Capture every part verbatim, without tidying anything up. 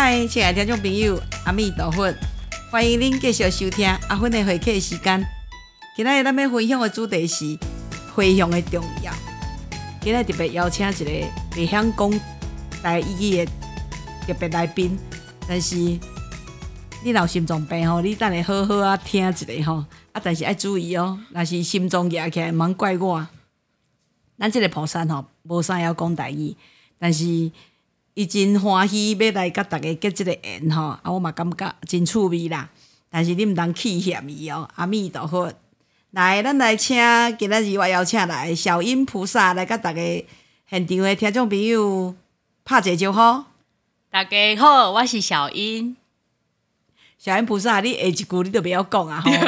嗨，亲爱的听众朋友，阿弥陀佛，欢迎您继续收听阿芬的会客时间。今仔日咱要分享的主题是回乡的重要。今仔特别邀请一个袂晓讲台语的特别来宾，但是你若有心脏病吼，你等下好好啊听一下吼。啊，但是要注意哦，若是心脏压起来，莫怪我。咱这个菩萨吼，无啥晓讲台语，但是伊真欢喜要来甲大家结这个缘吼，啊，我嘛感觉真趣味啦。但是你毋通气嫌伊哦，阿弥陀佛。来，咱来请今仔日我邀请来小音菩萨来甲大家现场的听众朋友拍一招呼。 大家好，我是小音。 小音菩萨，你下一句你都袂晓讲啊吼，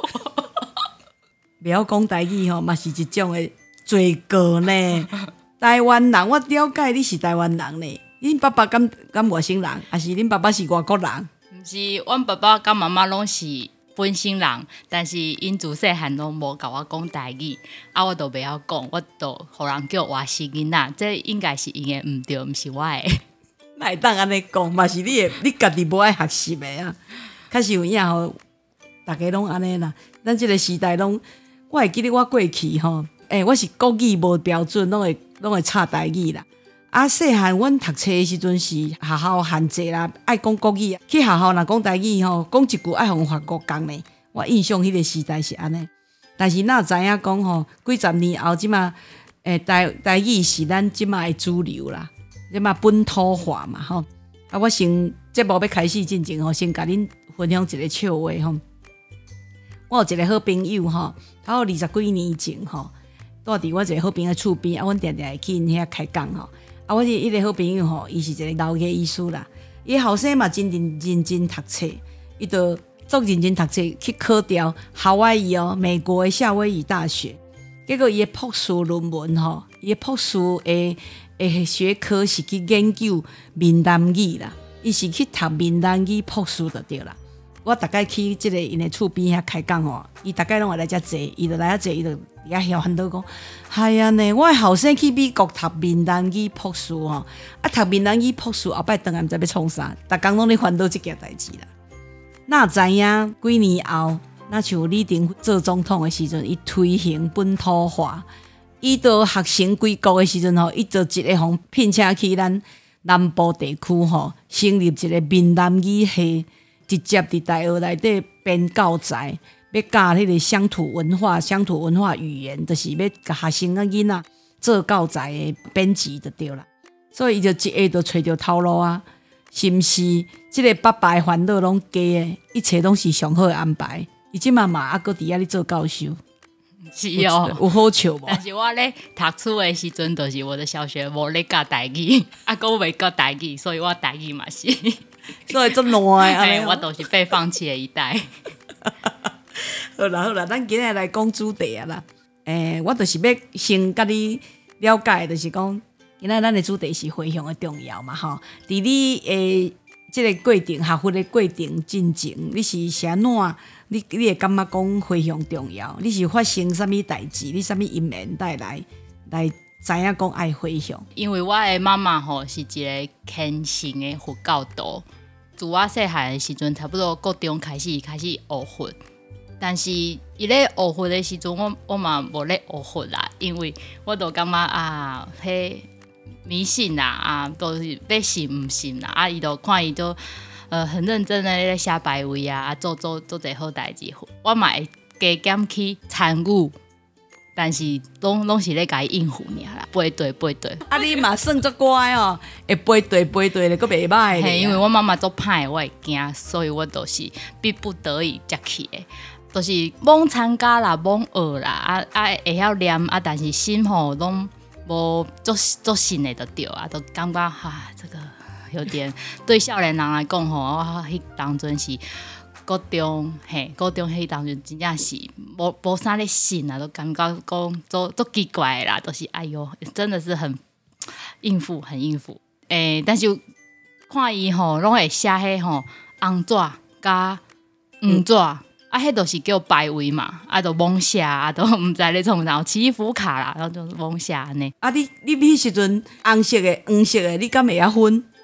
袂晓讲台语吼，嘛是一种的罪过呢。台湾人，我了解你是台湾人呢。恁爸爸敢敢外省人，还是恁爸爸是外国人？ 毋是，阮爸爸甲妈妈拢是本省人，但是因自细汉拢无甲我讲台语，啊，我都袂晓讲，我都互人叫外省囡仔，这应该是因的毋对，毋是我的。 哪会当安尼讲？嘛是你的，你家己无爱学习的啊。确实有影吼，大家拢安尼啦。咱即个时代拢，我会记得我过去吼，诶、欸，我是国语无标准，拢会拢会插台语啦。啊，细汉阮读册的时阵是学校限制啦，爱讲国语，去学校若讲台语吼，讲一句爱互法国讲呢。我印象迄个时代是安尼，但是哪知影讲吼，几十年后即马，诶、欸、台台语是咱即马的主流啦，即马本土化嘛吼。啊，我先节目要开始之前吼，先甲恁分享一个笑话吼。我有一个好朋友吼，他有二十几年前吼，住伫我一个好朋友厝边，啊，阮定定会去因遐开讲吼。啊，我迄个好朋友吼，伊是一个老艺医师啦。伊后生嘛真认认真读册，伊就足认真读册去考调夏威夷哦，美国的夏威夷大学。结果伊的博士论文吼，伊的博士的的学科是去研究闽南语啦，伊是去读闽南语博士就对啦。我大概去即个因的厝边遐开讲吼，伊大概拢会来遮坐，伊就来遮坐，伊就伫遐晓很多讲，系啊呢，我后生去美国读闽南语博士吼，啊读闽南语博士后摆回来毋知要创啥，逐工拢咧烦恼即件代志啦。哪知影几年后，那像李登辉做总统的时阵，伊推行本土化，伊到学生归国的时阵吼，伊就一个互聘请去咱南部地区吼，成立一个闽南语系。直接伫大学内底编教材，要教迄个乡土文化、乡土文化语言，就是要甲学生仔囡仔做教材的编辑就对啦。所以伊就一下就找着头路啊，是毋是？即个爸爸的烦恼拢假的，一切拢是上好的安排。伊即嘛嘛还搁伫遐咧做教授， 是哦， 有好笑无？ 但是我咧读书的时阵，就是我的小学无咧教台语，啊，搁袂教台语，所以我台语嘛是。 所以真烂诶，我都是被放弃的一代。 好啦好啦，咱今日来讲主题啊啦。诶、欸，我就是要先甲你了解，就是讲，今仔咱的主题是回乡的重要嘛吼。伫你诶即个过程、学佛的过程进程，你是啥怎？你你会感觉讲回乡重要？你是发生啥物代志？你啥物因缘带来来？知影讲爱回乡， 因为我的妈妈吼是一个虔诚的佛教徒，自我细汉的时阵，差不多国中开始开始学佛，但是伊咧学佛的时阵，我我嘛无咧学佛啦，因为我都感觉啊，迄迷信啦啊，都是要信唔信啦，啊，伊都看伊都呃很认真的咧写bài位啊，啊做做做一好代志，我嘛会加减去参与。但是拢拢是咧甲伊应付尔啦，背对背对。 啊，你嘛算足乖哦，会背对背对咧，佫袂歹咧。 因为我妈妈做歹，我会惊，所以我都是逼不得已才去的，都、就是罔参加啦，罔学啦，啊啊会晓念啊，但是心吼拢无做做信的就对啊，都感觉哈，这个有点对少年人来讲吼，我迄当阵是。高中嘿，高中迄当阵真正是无无啥咧信啊，都感觉讲做做奇怪啦，都、就是哎哟，真的是很应付，很应付。诶、欸，但是看伊吼，拢会写迄吼红纸加黄纸，啊，迄都是叫bài位嘛，啊，都罔写，啊，都毋知咧创啥，祈福卡啦，然后就罔写安尼。 啊，你你迄时阵红色的、黄色的，你敢会晓分？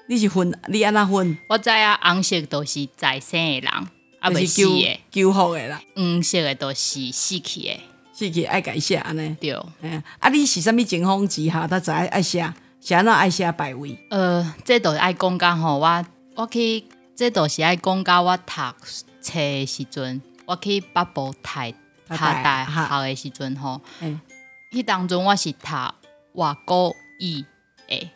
你是分你安怎分？ 我知啊，红色都是在生的人，啊就是未死救的； 救福的啦， 黄色的都是死去的。 死去爱改写安尼。 对， 哎，啊，你是啥物情况之下，他才爱写？是安怎爱写bài位？ 呃，这都爱讲讲吼，我我去，这都是爱讲到我读册的时阵，我去北部读读大学的时阵吼， 嗯， 迄当中我是读外国语的。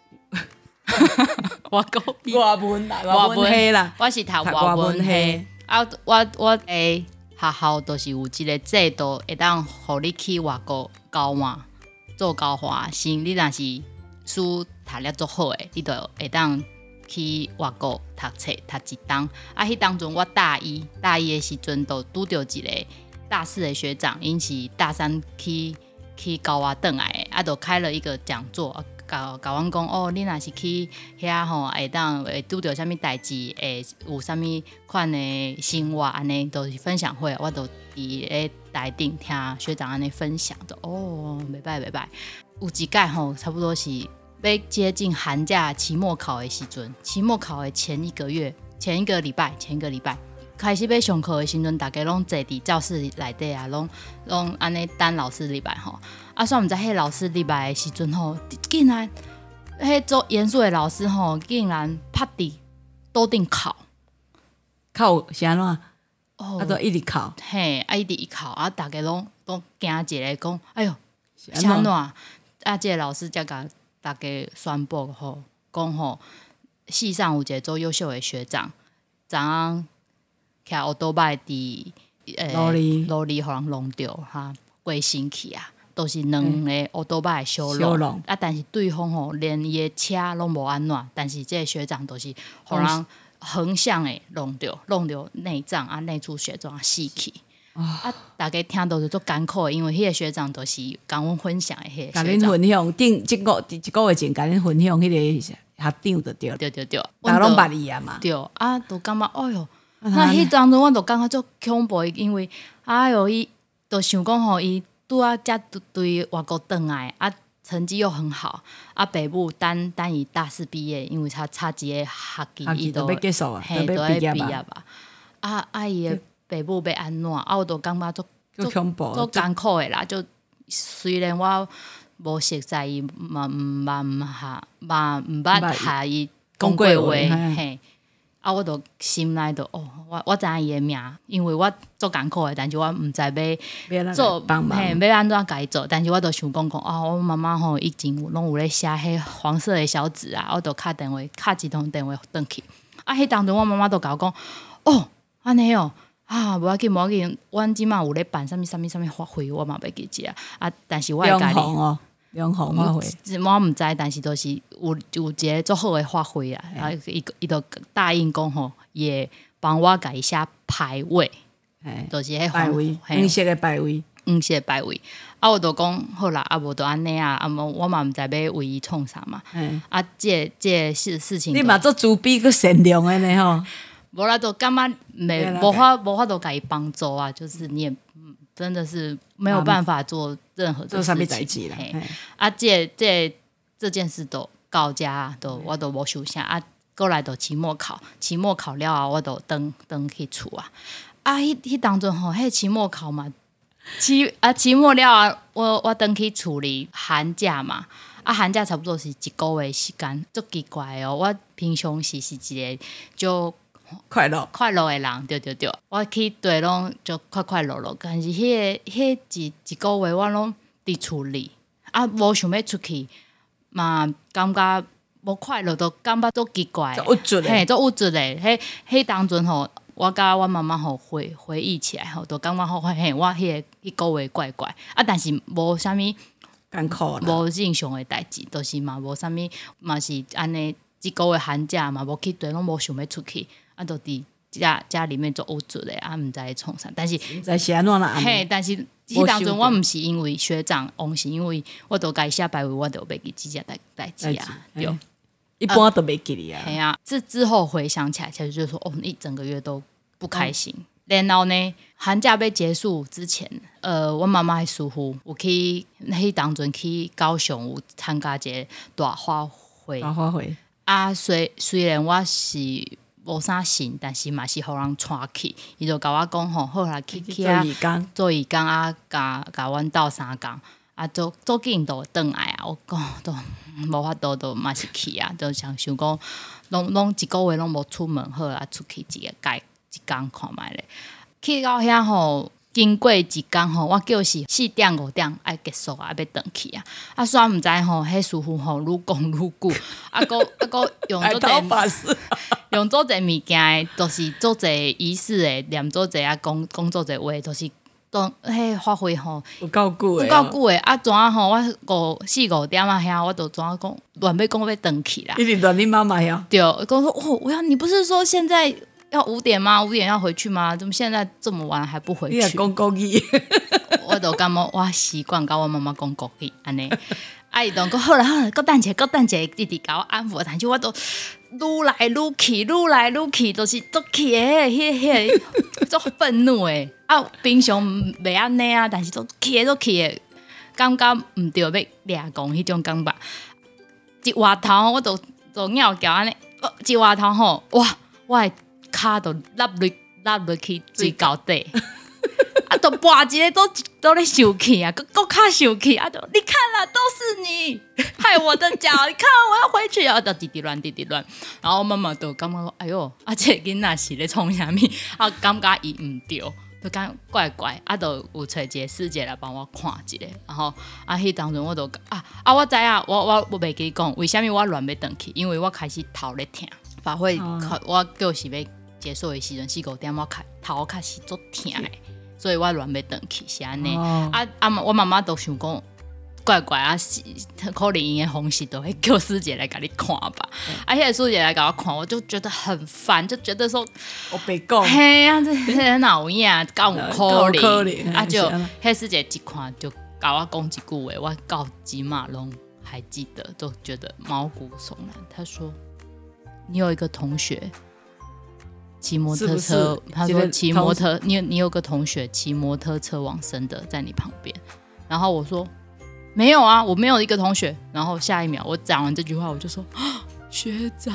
外国语外文啦，外文系啦， 我是读外文系。啊，我我诶学校都是有一个制度，会当互你去外国交换做交换生。你若是书读了足好诶，你就会当去外国读册读一冬。啊，迄当中我大一大一诶时阵，就拄着一个大四的学长，因是大三去去交我转来诶，啊，就开了一个讲座。甲甲阮讲哦，你若是去遐吼，会当会拄着啥物代志，会有啥物款的生活安尼，都是分享会，我都伫咧台顶听学长安尼分享的。哦，袂歹袂歹。有一届吼，差不多是要接近寒假期末考的时阵，期末考的前一个月、前一个礼拜、前一个礼拜开始要上课的时阵，大家拢坐伫教室内底啊，拢拢安尼等老师入来吼。啊，煞毋知迄老师入来的时阵吼，竟然迄做严肃的老师吼，竟然趴伫桌顶哭， 哭是安怎？ 哦， 啊，都一直哭， 嘿，啊一直一哭，啊，大家拢都惊一个讲，哎哟， 是安怎？ 是安怎？啊，这个老师才甲大家宣布吼，讲吼，系上有一个做优秀的学长，昨昏骑乌多摆伫诶路里路里，互人弄着哈，过身去啊。都是两个乌多摆相弄，啊，但是对方吼连伊的车拢无安怎，但是这个学长都是互人横向的弄着，弄着内脏啊，内出血状死去。啊，大家听到就足艰苦的，因为迄个学长都是甲阮分享的迄个学长。 甲恁分享，顶一个一个月前甲恁分享迄个学长就对， 对对对， 大家拢捌伊啊嘛。 对，啊，都感觉哎哟，那迄当中我都感觉足恐怖，因为哎哟，伊都想讲吼伊。拄啊，才对外国转来，啊，成绩又很好，啊，爸母等等伊大四毕业，因为他差一个学期，伊都要结束啊， 嘿，都要毕业吧。啊啊，伊的爸母要安怎？啊，我都感觉足足恐怖， 足艰苦的啦。就虽然我无熟悉伊，嘛毋捌下，嘛毋捌下伊讲过话，嘿。啊，我就心内就哦，我我知影伊的名，因为我做艰苦的，但是我毋知要做，嘿，要安怎甲伊做，但是我就想讲讲，哦，我妈妈吼以前拢有咧写迄黄色的小纸啊，我就敲电话，敲一通电话转去。啊，迄当中我妈妈就甲我讲，哦，安尼哦，啊，无要紧无要紧，阮即马有咧办啥物啥物啥物发挥，我嘛要记者啊，但是我会甲你。 两行发挥， 我毋知，但是都是有有一个足好的发挥啊！然后伊伊就答应讲吼，也帮我改一下排位，就是迄排位，黄色的排位， 黄色的排位。啊，我就讲好啦，啊无就安尼啊，啊无我嘛毋知要为伊创啥嘛。啊，这这事事情， 你嘛做主笔个善良的呢吼， 无啦，就感觉没无法无法度甲伊帮助啊，就是你也。真的是没有办法做任何的事情啦。啊，这这这件事都到家都我都无想啥啊，过来都期末考，期末考了啊，我都登登去厝啊。啊，迄迄当中吼，迄期末考嘛，期啊期末了啊，我我登去处理寒假嘛。啊，寒假差不多是一个月时间，足奇怪哦。我平常时是一个就。 快乐快乐的人，对对对，我去对拢就快快乐乐，但是迄、那个迄、那個、一一个月我拢伫厝里，啊，无想要出去，嘛感觉无快乐，都感觉足奇怪， 足郁卒的， 嘿，足郁卒的。迄迄当阵吼，我甲我妈妈吼回回忆起来吼，都感觉吼嘿，我迄、那个迄个月怪怪，啊，但是无啥物艰苦， 无正常的代志，都、就是嘛无啥物，嘛是安尼，一个月寒假嘛，无去对拢无想要出去。啊，都伫家家里面做乌做的啊，毋知创啥，但是毋知是安怎啦。 嘿，但是迄当中我毋是因为学长，我是因为我都该下排位，我都袂记即只代代志啊。对， 一般都袂记哩啊。 嘿啊，这之后回想起来，其实就是说，哦，一整个月都不开心。然后呢，寒假要结束之前，呃，我妈妈还疏忽，有去迄当阵去高雄有参加一个大花卉， 大花卉。 啊，虽虽然我是无啥信，但是嘛是互人带去，伊就甲我讲吼，好啦，去去啊， 做义工， 做义工啊，甲甲阮斗相共，啊，做做紧都转来啊，我讲都无法度，都嘛是去啊，就想想讲，拢拢一个月拢无出门，好啦，出去一个改一工看觅咧，去到遐吼。经过一工吼，我叫是四点五点爱结束啊，要转去啊。啊，煞毋知吼，迄师傅吼愈讲愈久，啊，搁啊搁用做者用做者物件诶，就是做者仪式诶，念做者啊，讲讲做者话，就是当迄发挥吼， 有够久诶， 有够久诶。啊，怎啊吼，我五四五点啊遐，我都怎啊讲，乱要讲要转去啦。 一直乱你妈妈呀？ 对，讲说哦，我要你不是说现在。要五点吗？五点要回去吗？怎么现在这么晚还不回去？ 你也讲国语， 我就感觉我习惯甲我妈妈讲国语安尼。啊，伊就讲好啦好啦，搁等者，搁等者，直直甲我安抚，但是我都愈来愈气，愈来愈气，就是足气诶，迄迄足愤怒诶。啊，平常袂安尼啊，但是都气诶，足气诶，感觉毋对，要掠讲迄种感觉。一滑头我就就拗叫安尼，一滑头吼，哇，我诶骹都落入落入去水沟底，啊，都跋一个都都咧生气啊，搁搁较生气啊，就你看啦，都是你害我的脚，你看我要回去啊，就滴滴乱滴滴乱，然后我妈妈就感觉说，哎哟，啊，这囡仔是咧创啥物？啊，感觉伊毋对，就感怪怪，啊，就有找一个师姐来帮我看一下，然后啊，迄当中我就啊啊，我知啊，我我我袂记讲，为虾米我乱要转去？因为我开始头咧痛，法会、哦、我就是要。结束的时阵四五点，我开头开始足痛的，所以我乱要转去是安尼。哦、啊啊！我妈妈都想讲怪怪啊，可能因的方式都会叫师姐来给你看吧。嗯、啊，迄、那个师姐来给我看，我就觉得很烦，就觉得说我被讲， 嘿啊，这这哪有影，够有可能啊！就迄师姐一看就甲我讲一句话，我到今嘛拢还记得，都觉得毛骨悚然。她说：“你有一个同学。”骑摩托车，是是他说骑摩托，你你有个同学骑摩托车往生的在你旁边，然后我说没有啊，我没有一个同学，然后下一秒我讲完这句话我就说学长，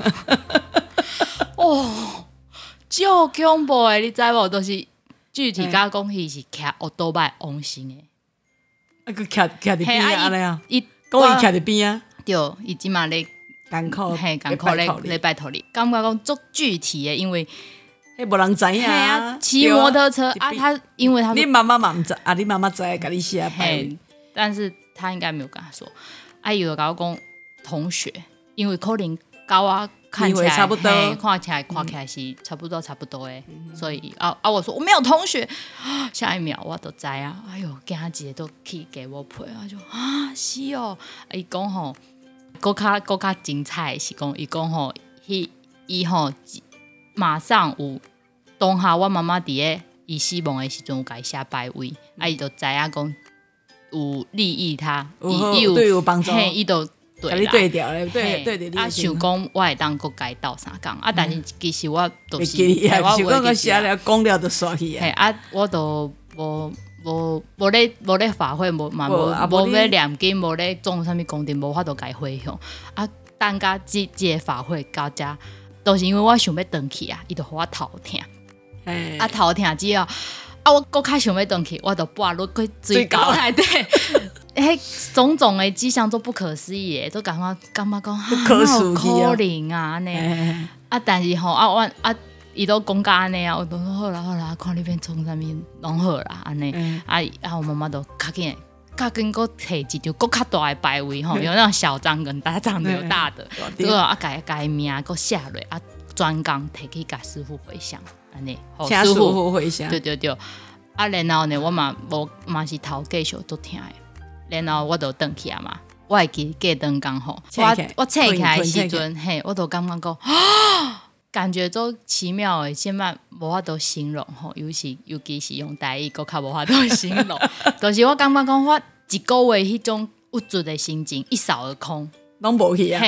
哦，超恐怖的，你知无？都、就是具体甲讲伊是骑奥多拜往生的， 啊，佮骑骑伫边啊安尼啊，伊讲伊骑伫边啊， 对，伊即嘛咧。 艰苦， 嘿，艰苦咧咧拜托你，感觉讲足具体的，因为迄无人知影啊。 骑摩托车啊，他因为他你妈妈嘛唔知啊，你妈妈知甲你写拜， 但是他应该没有跟他说。啊，伊就甲我讲同学，因为可能甲我看起来差不多， 看起来看起来是差不多差不多的，嗯、所以啊啊，我说我没有同学，下一秒我就知啊，哎呦，惊一个都气给我陪啊，就啊是哦，伊讲吼。搁较搁较精彩是讲，伊讲吼，伊伊吼马上有当下我妈妈伫咧伊死亡的时阵有甲伊写拜位，啊伊就知影讲有利益他，伊有对有帮助， 嘿，伊就对啦，对调咧，对对对， 啊想讲我会当搁改斗相共，啊但是其实我都是， 我想讲我写了讲了就煞去啊， 嘿啊我都无。无无咧无咧法会，无嘛无无咧念经，无咧种啥物功德，无法度改回向。啊，等甲即即个法会到遮，都、就是因为我想要转去啊，伊就互我头痛。啊头痛之后，啊我搁较想要转去，我就跋落去水沟内底。迄种种的迹象都不可思议的，都感觉感觉讲不可思议啊，可能啊安尼。啊，但是吼啊我啊。伊都讲甲安尼啊，我都说好啦好啦，看你变创啥物拢好啦安尼、嗯。啊啊，我妈妈都较紧，较紧搁摕一张搁较大的牌位吼，有那种小张跟大张的有大的，结果啊改改名搁写落啊，专工摕去甲师傅回向安尼， 请师傅回向。 对对对，啊然后呢，我嘛无嘛是头继续都听的，然后我就转去啊嘛，我会记过灯工吼，我我醒起来的时阵，嘿，我都感觉讲啊。感觉都奇妙诶，现在无法度形容吼，尤其尤其是用台语，搁较无法度形容。就是我感觉讲，我一个月迄种郁卒的心情一扫而空， 拢无去啊。 嘿，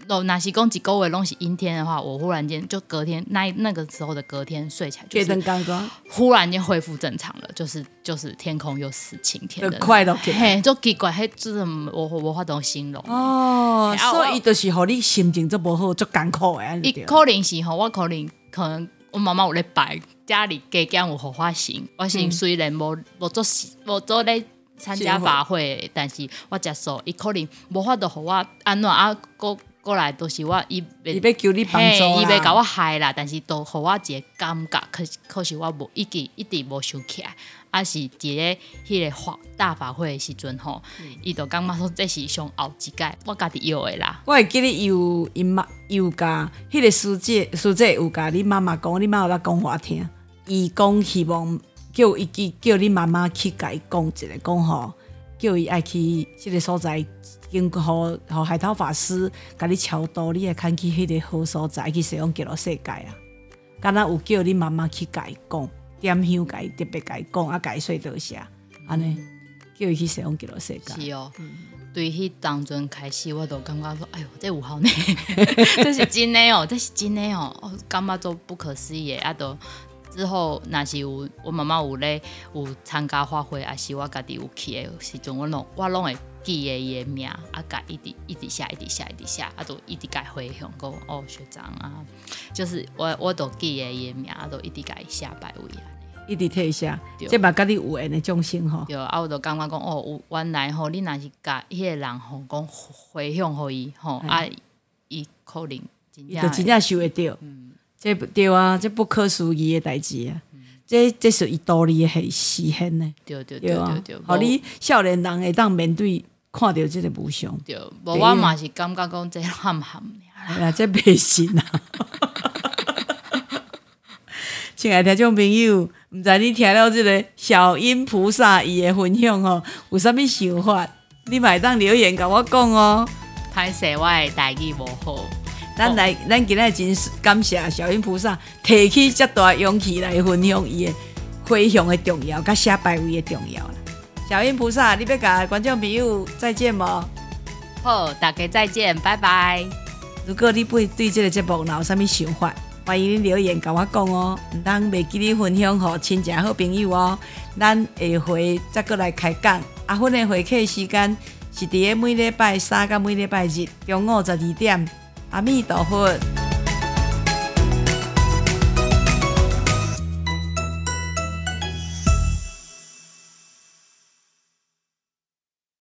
哦，若是讲一个月拢是阴天的话，我忽然间就隔天那那个时候的隔天睡起来，就是忽然间恢复正常了，就是就是天空又是晴天的， 就快乐起来， 嘿，就奇怪，嘿，就是我我法度形容哦，所以伊就是互你心情足无好，足艰苦的。 伊可能是吼，我可能可能我妈妈有咧拜，家里加减有互我行，我行虽然无无做无做咧参加法会，但是我接受，伊可能无法度互我安怎啊，过过来都是我伊伊要求你帮助啦， 伊袂甲我害啦，但是都互我一个感觉，可可是我无一直一直无想起来，啊是一个迄个法大法会的时阵吼，伊就感觉说这是上后一届我家己摇的啦。 我会记得有因妈有甲迄个师姐师姐有甲你妈妈讲，你妈有甲讲我听，伊讲希望叫伊叫你妈妈去甲伊讲一下，讲吼叫伊爱去即个所在。经互互海涛法师甲你超度，你会看去迄个好所在，去西方极乐世界啊！敢若有叫你妈妈去甲伊讲，点香甲伊特别甲伊讲，啊，甲伊说多谢，安尼叫伊去西方极乐世界。 是哦，嗯、对迄当阵开始，我都感觉说，哎呦，这有效呢，这是真的哦，这是真的哦，我感觉做不可思议的，啊都。之后，若是有我妈妈有咧有参加法会，还是我家己有去的时阵，我拢我拢会记得伊的名，啊，甲一直一直写，一直写，一直写，啊，都一直甲回向讲哦学长啊，就是我我都记得伊的名，啊，都一直甲伊写拜位啊， 一直替伊写，这嘛甲你有缘的众生吼。 对，啊，我就感觉讲哦，有原来吼，你若是甲迄个人吼讲回向互伊吼，啊，伊可能真正就真正受会到。嗯这对啊，这不可思议的代志啊！嗯、这这是伊道理的实现呢。 对对对对对， 互你少年人会当面对看到这个无常。 对，无我嘛是感觉讲这含含尔啦，这袂信啊！亲爱的听众朋友，毋知你听了这个小音菩萨伊的分享吼，有啥物想法？你嘛会当留言甲我讲哦。 歹势，我的台语无好。 咱来，哦、咱今日真感谢小音菩萨提起这大勇气来分享伊的回向的重要，甲写拜位的重要啦。小音菩萨，你要甲观众朋友再见无？ 好，大家再见，拜拜。 如果你对对这个节目有啥物想法，欢迎你留言甲我讲哦。唔通袂记你分享给亲戚好朋友哦。咱下回再过来开讲。阿芬的会客时间是伫个每礼拜三甲每礼拜日中午十二点。阿弥陀佛。